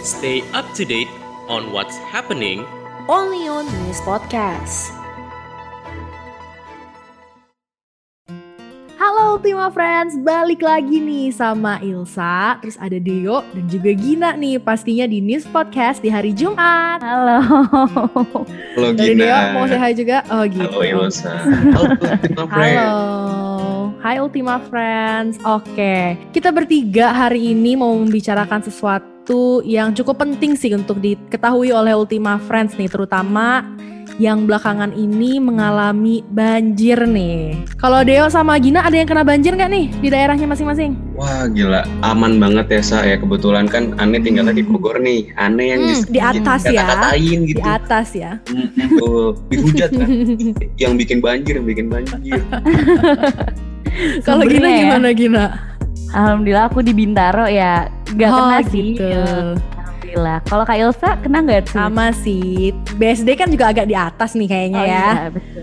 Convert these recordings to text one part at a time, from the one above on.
Stay up to date on what's happening only on News Podcast. Halo Ultima Friends, balik lagi nih sama Ilsa, terus ada Deo dan juga Gina nih pastinya di News Podcast di hari Jumat. Halo. Halo Gina. Dari Deo mau say hi juga? Oh gitu. Halo Ilsa. Halo Ultima Friends. Halo. Hai Ultima Friends. Oke, kita bertiga hari ini mau membicarakan sesuatu yang cukup penting sih untuk diketahui oleh Ultima Friends nih, terutama yang belakangan ini mengalami banjir nih. Kalau Deo sama Gina ada yang kena banjir nggak nih di daerahnya masing-masing? Wah gila, aman banget ya Sa ya. Kebetulan kan Ane tinggalnya di Bogor nih. Ane yang di atas ya. Kata-katain gitu. Di atas ya. Dihujat kan. Yang bikin banjir. Kalau Gina gimana Gina? Alhamdulillah aku di Bintaro ya, nggak kena sih. Gitu. Alhamdulillah. Kalau Kak Ilsa kena nggak tuh? Sama sih. BSD kan juga agak di atas nih kayaknya ya. Iya betul.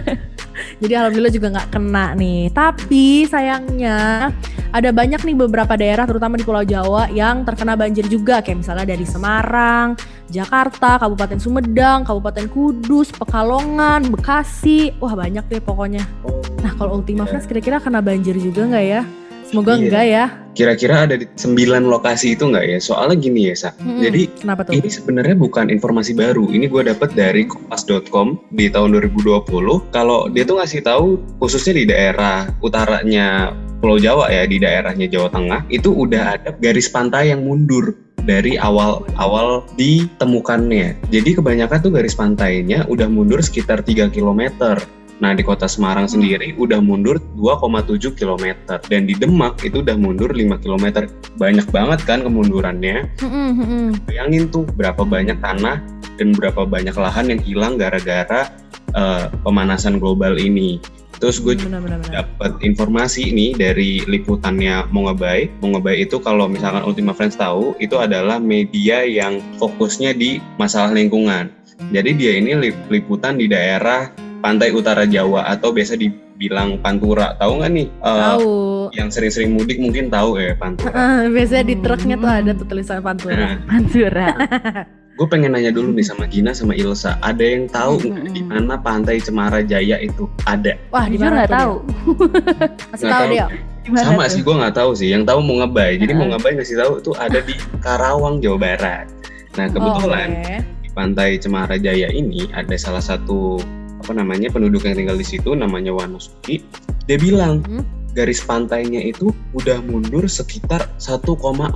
Jadi alhamdulillah juga nggak kena nih. Tapi sayangnya ada banyak nih beberapa daerah terutama di Pulau Jawa yang terkena banjir juga. Kayak misalnya dari Semarang, Jakarta, Kabupaten Sumedang, Kabupaten Kudus, Pekalongan, Bekasi. Wah banyak deh pokoknya. Nah kalau Ultima Friends kira-kira kena banjir juga nggak ya? Semoga enggak ya. Kira-kira ada di 9 lokasi itu nggak ya? Soalnya gini ya Sa. Jadi kenapa tuh? ini sebenarnya bukan informasi baru. Ini gue dapet dari kompas.com di tahun 2020. Kalau dia tuh ngasih tahu khususnya di daerah utaranya Pulau Jawa ya, di daerahnya Jawa Tengah itu udah ada garis pantai yang mundur dari awal ditemukannya. Jadi kebanyakan tuh garis pantainya udah mundur sekitar 3 km. Nah di kota Semarang sendiri udah mundur 2,7 km dan di Demak itu udah mundur 5 km. Banyak banget kan kemundurannya. Bayangin tuh berapa banyak tanah dan berapa banyak lahan yang hilang gara-gara pemanasan global ini. Terus gue dapat informasi ini dari liputannya Mongabay. Mongabay itu kalau misalkan Ultima Friends tahu itu adalah media yang fokusnya di masalah lingkungan. Jadi dia ini liputan di daerah Pantai Utara Jawa atau biasa dibilang Pantura. Tahu nggak nih? Tahu. Yang sering-sering mudik mungkin tahu ya Pantura. Biasanya di truknya tuh ada tuh tulisan Pantura. Pantura. Gue pengen nanya dulu nih sama Gina sama Ilsa. Ada yang tahu di mana Pantai Cemara Jaya itu ada? Wah, di Jujur mana nggak tahu. Masih tahu deh. Sama sih gue nggak tahu sih. Yang tahu Mongabay. Jadi Mongabay ngasih tahu itu ada di Karawang, Jawa Barat. Nah kebetulan di Pantai Cemara Jaya ini ada salah satu penduduk yang tinggal di situ namanya Wanasuki. Dia bilang garis pantainya itu udah mundur sekitar 1,4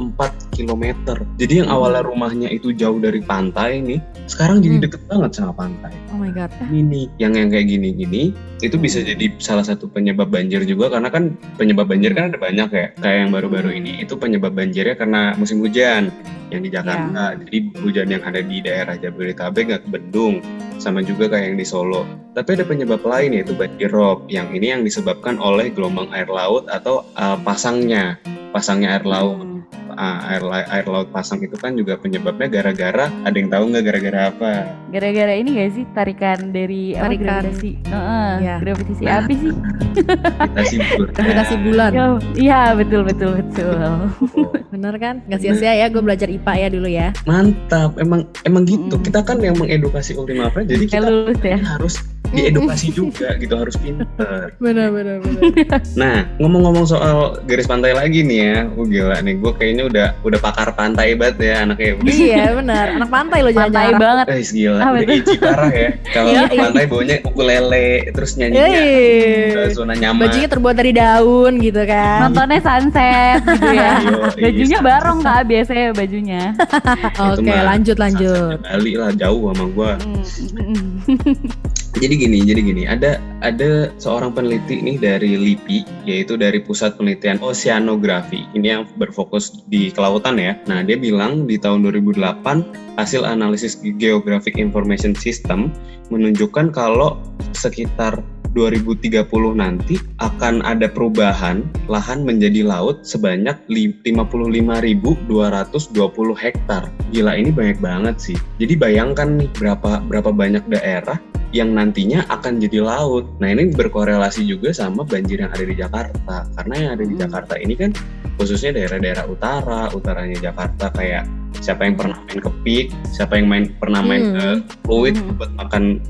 km. Jadi yang awalnya rumahnya itu jauh dari pantai nih, sekarang jadi deket banget sama pantai. Oh my god. Ini yang kayak gini-gini itu bisa jadi salah satu penyebab banjir juga, karena kan penyebab banjir kan ada banyak ya. Kayak yang baru-baru ini itu penyebab banjirnya karena musim hujan yang di Jakarta. Jadi hujan yang ada di daerah Jabodetabek nggak kebendung, sama juga kayak yang di Solo. Tapi ada penyebab lain yaitu banjir rob. Yang ini yang disebabkan oleh gelombang air laut atau pasangnya air laut. Air laut pasang itu kan juga penyebabnya gara-gara, ada yang tahu nggak gara-gara apa? Gara-gara ini nggak sih tarikan dari gravitasi? Gravitasi apa sih? Gravitasi bulan. Iya betul. Bener kan? Nggak sia-sia ya, gue belajar IPA ya dulu ya. Mantap, emang gitu. Kita kan yang mengedukasi Ultima Friends, jadi kita harus diedukasi juga gitu, harus pinter. Benar. Nah, ngomong-ngomong soal garis pantai lagi nih ya, gila nih, gue kayaknya udah pakar pantai banget ya anaknya. Iya benar, anak pantai loh pantai banget. Gila, udah edgy parah ya. Kalau pantai baunya ukulele, terus nyanyinya zona nyaman. Bajunya terbuat dari daun gitu kan. Nontonnya sunset gitu ya. Bajunya barong Kak biasanya bajunya. Oke, lanjut. Bali lah, jauh sama gue. Jadi gini, ada seorang peneliti nih dari LIPI, yaitu dari Pusat Penelitian Oceanografi. Ini yang berfokus di kelautan ya. Nah, dia bilang di tahun 2008 hasil analisis Geographic Information System menunjukkan kalau sekitar 2030 nanti akan ada perubahan lahan menjadi laut sebanyak 55.220 hektar. Gila, ini banyak banget sih. Jadi bayangkan nih berapa banyak daerah yang nantinya akan jadi laut. Nah, ini berkorelasi juga sama banjir yang ada di Jakarta. Karena yang ada di Jakarta ini kan khususnya daerah-daerah utaranya Jakarta kayak siapa yang pernah main ke pik, siapa yang pernah main ke fluid buat makan.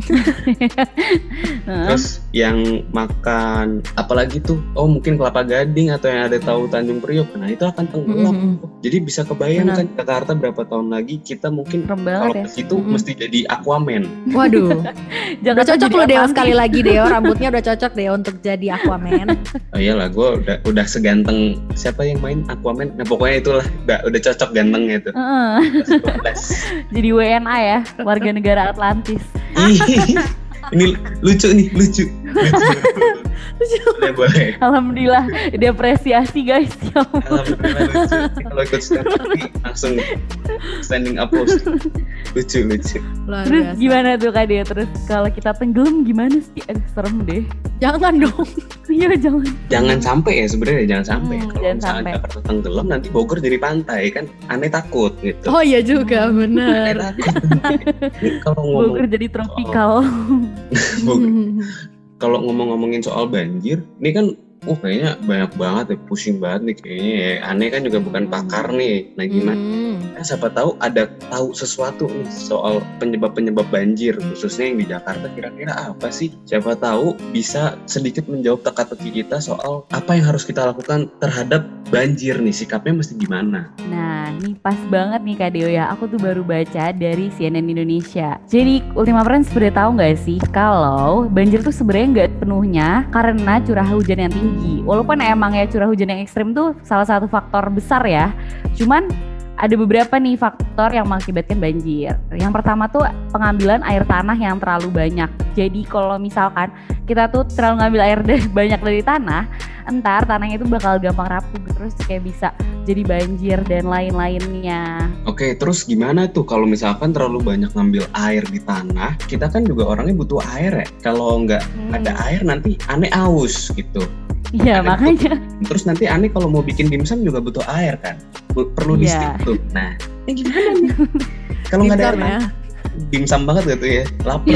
Terus yang makan apalagi tuh, mungkin Kelapa Gading atau yang ada tahu Tanjung Priok, nah itu akan tenggelam. Jadi bisa kebayangkan Jakarta berapa tahun lagi kita mungkin kalau ke situ mesti jadi Aquaman. Waduh. Udah cocok lo Deo sekali lagi Deo, rambutnya udah cocok Deo untuk jadi Aquaman. Oh iyalah, gue udah seganteng siapa yang main Aquaman. Nah pokoknya itulah udah cocok gantengnya itu. Jadi WNA ya, warga negara Atlantis. Ini lucu. Boleh. Alhamdulillah diapresiasi guys. Alhamdulillah lucu. Kalau ikut stand up langsung standing applause. Lucu. Terus gimana tuh Kak Dia? Terus kalau kita tenggelam gimana sih? Aduh serem deh. Jangan dong. Iya jangan. Jangan sampai ya sebenarnya, jangan sampai. Kalau misalnya sampai. Jakarta tenggelam nanti Bogor jadi pantai kan, aneh takut gitu. Oh iya juga benar. Kalau ngomong Bogor jadi tropikal. Kalau ngomongin soal banjir, ini kan kayaknya banyak banget ya, pusing banget nih kayaknya ya. Aneh kan juga bukan pakar nih. Nah gimana? Siapa tahu ada tahu sesuatu nih soal penyebab banjir, khususnya yang di Jakarta, kira-kira apa sih? Siapa tahu bisa sedikit menjawab teka-teki kita soal apa yang harus kita lakukan terhadap banjir nih, sikapnya mesti gimana? Nah, ini pas banget nih Kak Deo ya. Aku tuh baru baca dari CNN Indonesia. Jadi Ultima Friends sebenarnya tahu nggak sih kalau banjir tuh sebenarnya nggak sepenuhnya karena curah hujan yang tinggi. Walaupun emang ya curah hujan yang ekstrim tuh salah satu faktor besar ya. Cuman ada beberapa nih faktor yang mengakibatkan banjir. Yang pertama tuh pengambilan air tanah yang terlalu banyak. Jadi kalau misalkan kita tuh terlalu ngambil air banyak dari tanah, entar tanahnya itu bakal gampang rapuh, terus kayak bisa jadi banjir dan lain-lainnya. Oke, terus gimana tuh kalau misalkan terlalu banyak ngambil air di tanah? Kita kan juga orangnya butuh air ya. Kalau nggak ada air nanti aneh aus gitu. Iya makanya. Terus nanti aneh kalau mau bikin dimsum juga butuh air kan, perlu di stick tuh. Nah, gimana nih? Kalau nggak ada air, dimsum banget gitu ya, lapar.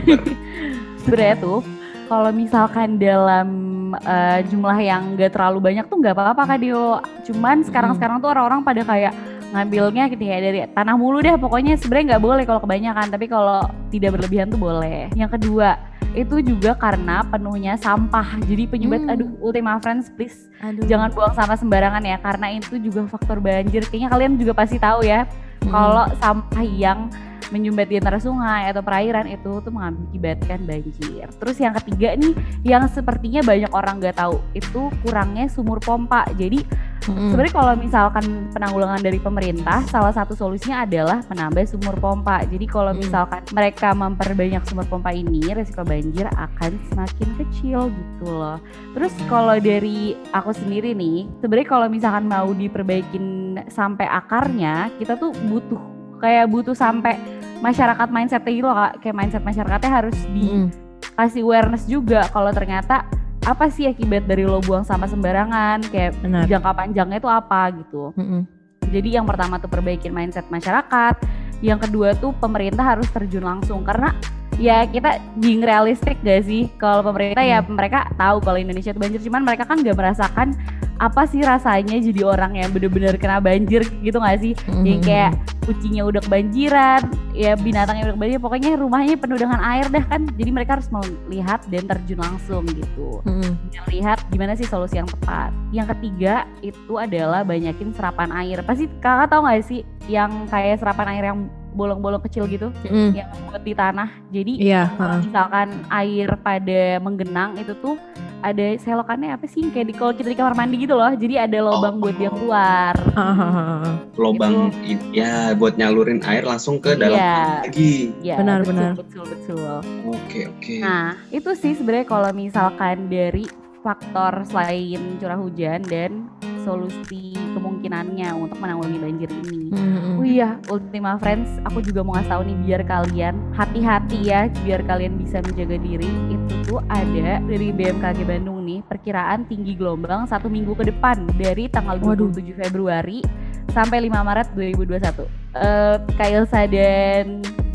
Sebenarnya tuh, kalau misalkan dalam jumlah yang nggak terlalu banyak tuh nggak apa-apa Kak Dio. Cuman sekarang tuh orang-orang pada kayak ngambilnya gitu ya dari tanah mulu deh. Pokoknya sebenarnya nggak boleh kalau kebanyakan, tapi kalau tidak berlebihan tuh boleh. Yang kedua, itu juga karena penuhnya sampah. Jadi penyumbat, Ultima Friends please jangan buang sampah sembarangan ya, karena itu juga faktor banjir. Kayaknya kalian juga pasti tahu ya, kalau sampah yang menyumbat di antara sungai atau perairan itu tuh mengakibatkan banjir. Terus yang ketiga nih, yang sepertinya banyak orang nggak tahu, itu kurangnya sumur pompa. Jadi sebenarnya kalau misalkan penanggulangan dari pemerintah, salah satu solusinya adalah menambah sumur pompa. Jadi kalau misalkan mereka memperbanyak sumur pompa ini, resiko banjir akan semakin kecil gitu loh. Terus kalau dari aku sendiri nih, sebenarnya kalau misalkan mau diperbaikin sampai akarnya, kita tuh butuh sampai masyarakat mindsetnya gitu loh Kak. Kayak mindset masyarakatnya harus dikasih awareness juga kalau ternyata apa sih akibat dari lo buang sampah sembarangan, kayak jangka panjangnya itu apa gitu. Jadi yang pertama tuh perbaikin mindset masyarakat, yang kedua tuh pemerintah harus terjun langsung, karena ya kita being realistik gak sih, kalau pemerintah ya mereka tahu kalau Indonesia itu banjir, cuman mereka kan gak merasakan apa sih rasanya jadi orang yang bener-bener kena banjir gitu gak sih. Jadi kayak kucingnya udah kebanjiran, ya binatangnya udah kebanjiran, pokoknya rumahnya penuh dengan air dah kan. Jadi mereka harus melihat dan terjun langsung gitu, lihat gimana sih solusi yang tepat. Yang ketiga itu adalah banyakin serapan air. Pasti kakak tahu gak sih yang kayak serapan air yang bolong-bolong kecil gitu, yang buat di tanah. Jadi misalkan air pada menggenang itu tuh ada selokannya apa sih, kayak kalau kita di kamar mandi gitu loh. Jadi ada lubang buat dia keluar. Lubang ya buat nyalurin air langsung ke dalam lagi. Ya, benar-benar. Betul. Oke. Nah itu sih sebenarnya kalau misalkan dari faktor selain curah hujan dan solusi kemungkinannya untuk menanggulangi banjir ini. Oh iya, Ultima Friends, aku juga mau ngasih tahu nih biar kalian hati-hati ya, biar kalian bisa menjaga diri. Itu tuh ada dari BMKG Bandung nih, perkiraan tinggi gelombang 1 minggu ke depan dari tanggal 27 Februari sampai 5 Maret 2021. Kak Ilsa dan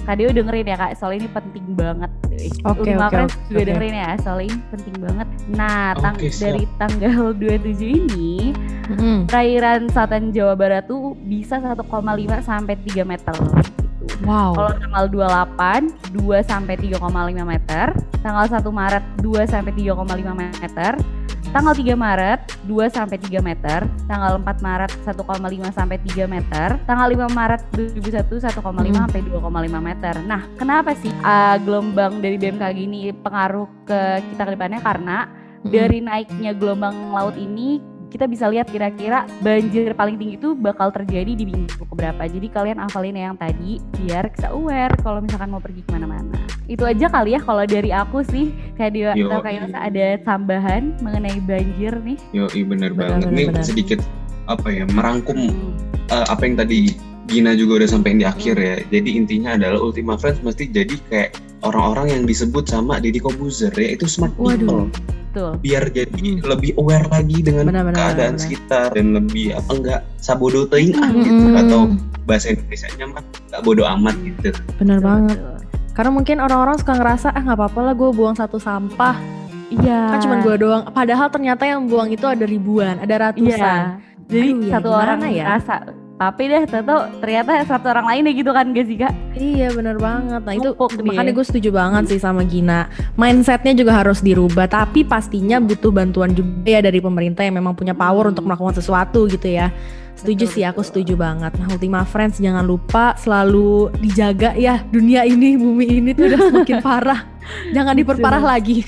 Kak Deo dengerin ya Kak, soalnya ini penting banget. Oke, Ultima oke, Friends oke. juga dengerin ya, soalnya ini penting banget. Nah, Oke, siap. dari tanggal 27 ini perairan selatan Jawa Barat tuh bisa 1,5 sampai 3 meter gitu. Wow. Kalau tanggal 28 2 sampai 3,5 meter, tanggal 1 Maret 2 sampai 3,5 meter, tanggal 3 Maret 2 sampai 3 meter, tanggal 4 Maret 1,5 sampai 3 meter, tanggal 5 Maret 2021 1,5 sampai 2,5 meter. Nah, kenapa sih gelombang dari BMKG ini pengaruh ke kita ke depannya? Karena dari naiknya gelombang laut ini kita bisa lihat kira-kira banjir paling tinggi itu bakal terjadi di minggu keberapa. Jadi kalian hafalin yang tadi biar bisa aware kalau misalkan mau pergi kemana-mana. Itu aja kali ya kalau dari aku sih. Kayak dia kayak ada tambahan mengenai banjir nih. Yoi, bener Benar, banget. Ini benar. sedikit merangkum apa yang tadi Gina juga udah sampein di akhir ya. Jadi intinya adalah Ultima Friends mesti jadi kayak orang-orang yang disebut sama Deddy Corbuzier, yaitu smart people. Betul. Biar jadi lebih aware lagi dengan Benar, keadaan benar. sekitar dan lebih sabodo teuing gitu, atau bahasa Indonesianya mah nggak bodo amat gitu. Bener banget. Betul. Karena mungkin orang-orang suka ngerasa nggak apa-apa lah gue buang satu sampah, Iya. kan cuma gue doang. Padahal ternyata yang buang itu ada ribuan, ada ratusan. Iya. Jadi Aduh, ya satu gimana orang ya? ngerasa tapi deh, ternyata satu orang lain ya gitu kan gak sih Kak? Iya bener banget. Nah itu Numpuk makanya dia. gue setuju banget sih sama Gina. Mindsetnya juga harus dirubah. Tapi pastinya butuh bantuan juga ya dari pemerintah yang memang punya power untuk melakukan sesuatu gitu ya. Setuju Betul, sih, aku setuju banget. Nah Ultima Friends jangan lupa selalu dijaga ya. Dunia ini, bumi ini tuh udah semakin parah. Jangan diperparah lagi.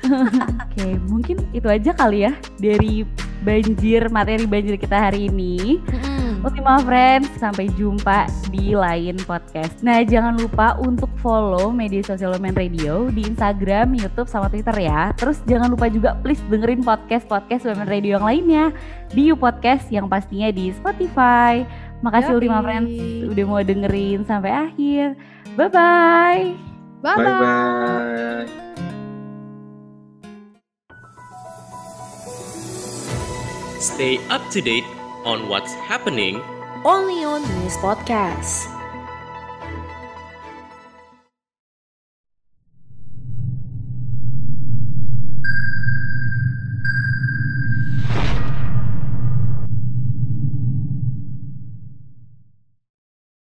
Oke, mungkin itu aja kali ya dari materi banjir kita hari ini. Ultima Friends, sampai jumpa di lain podcast. Nah, jangan lupa untuk follow media sosial Women Radio di Instagram, YouTube, sama Twitter ya. Terus jangan lupa juga please dengerin podcast Women Radio yang lainnya di You Podcast yang pastinya di Spotify. Makasih Yoi. Ultima Friends udah mau dengerin sampai akhir. Bye-bye. Bye-bye. Stay up to date on what's happening Only on this podcast.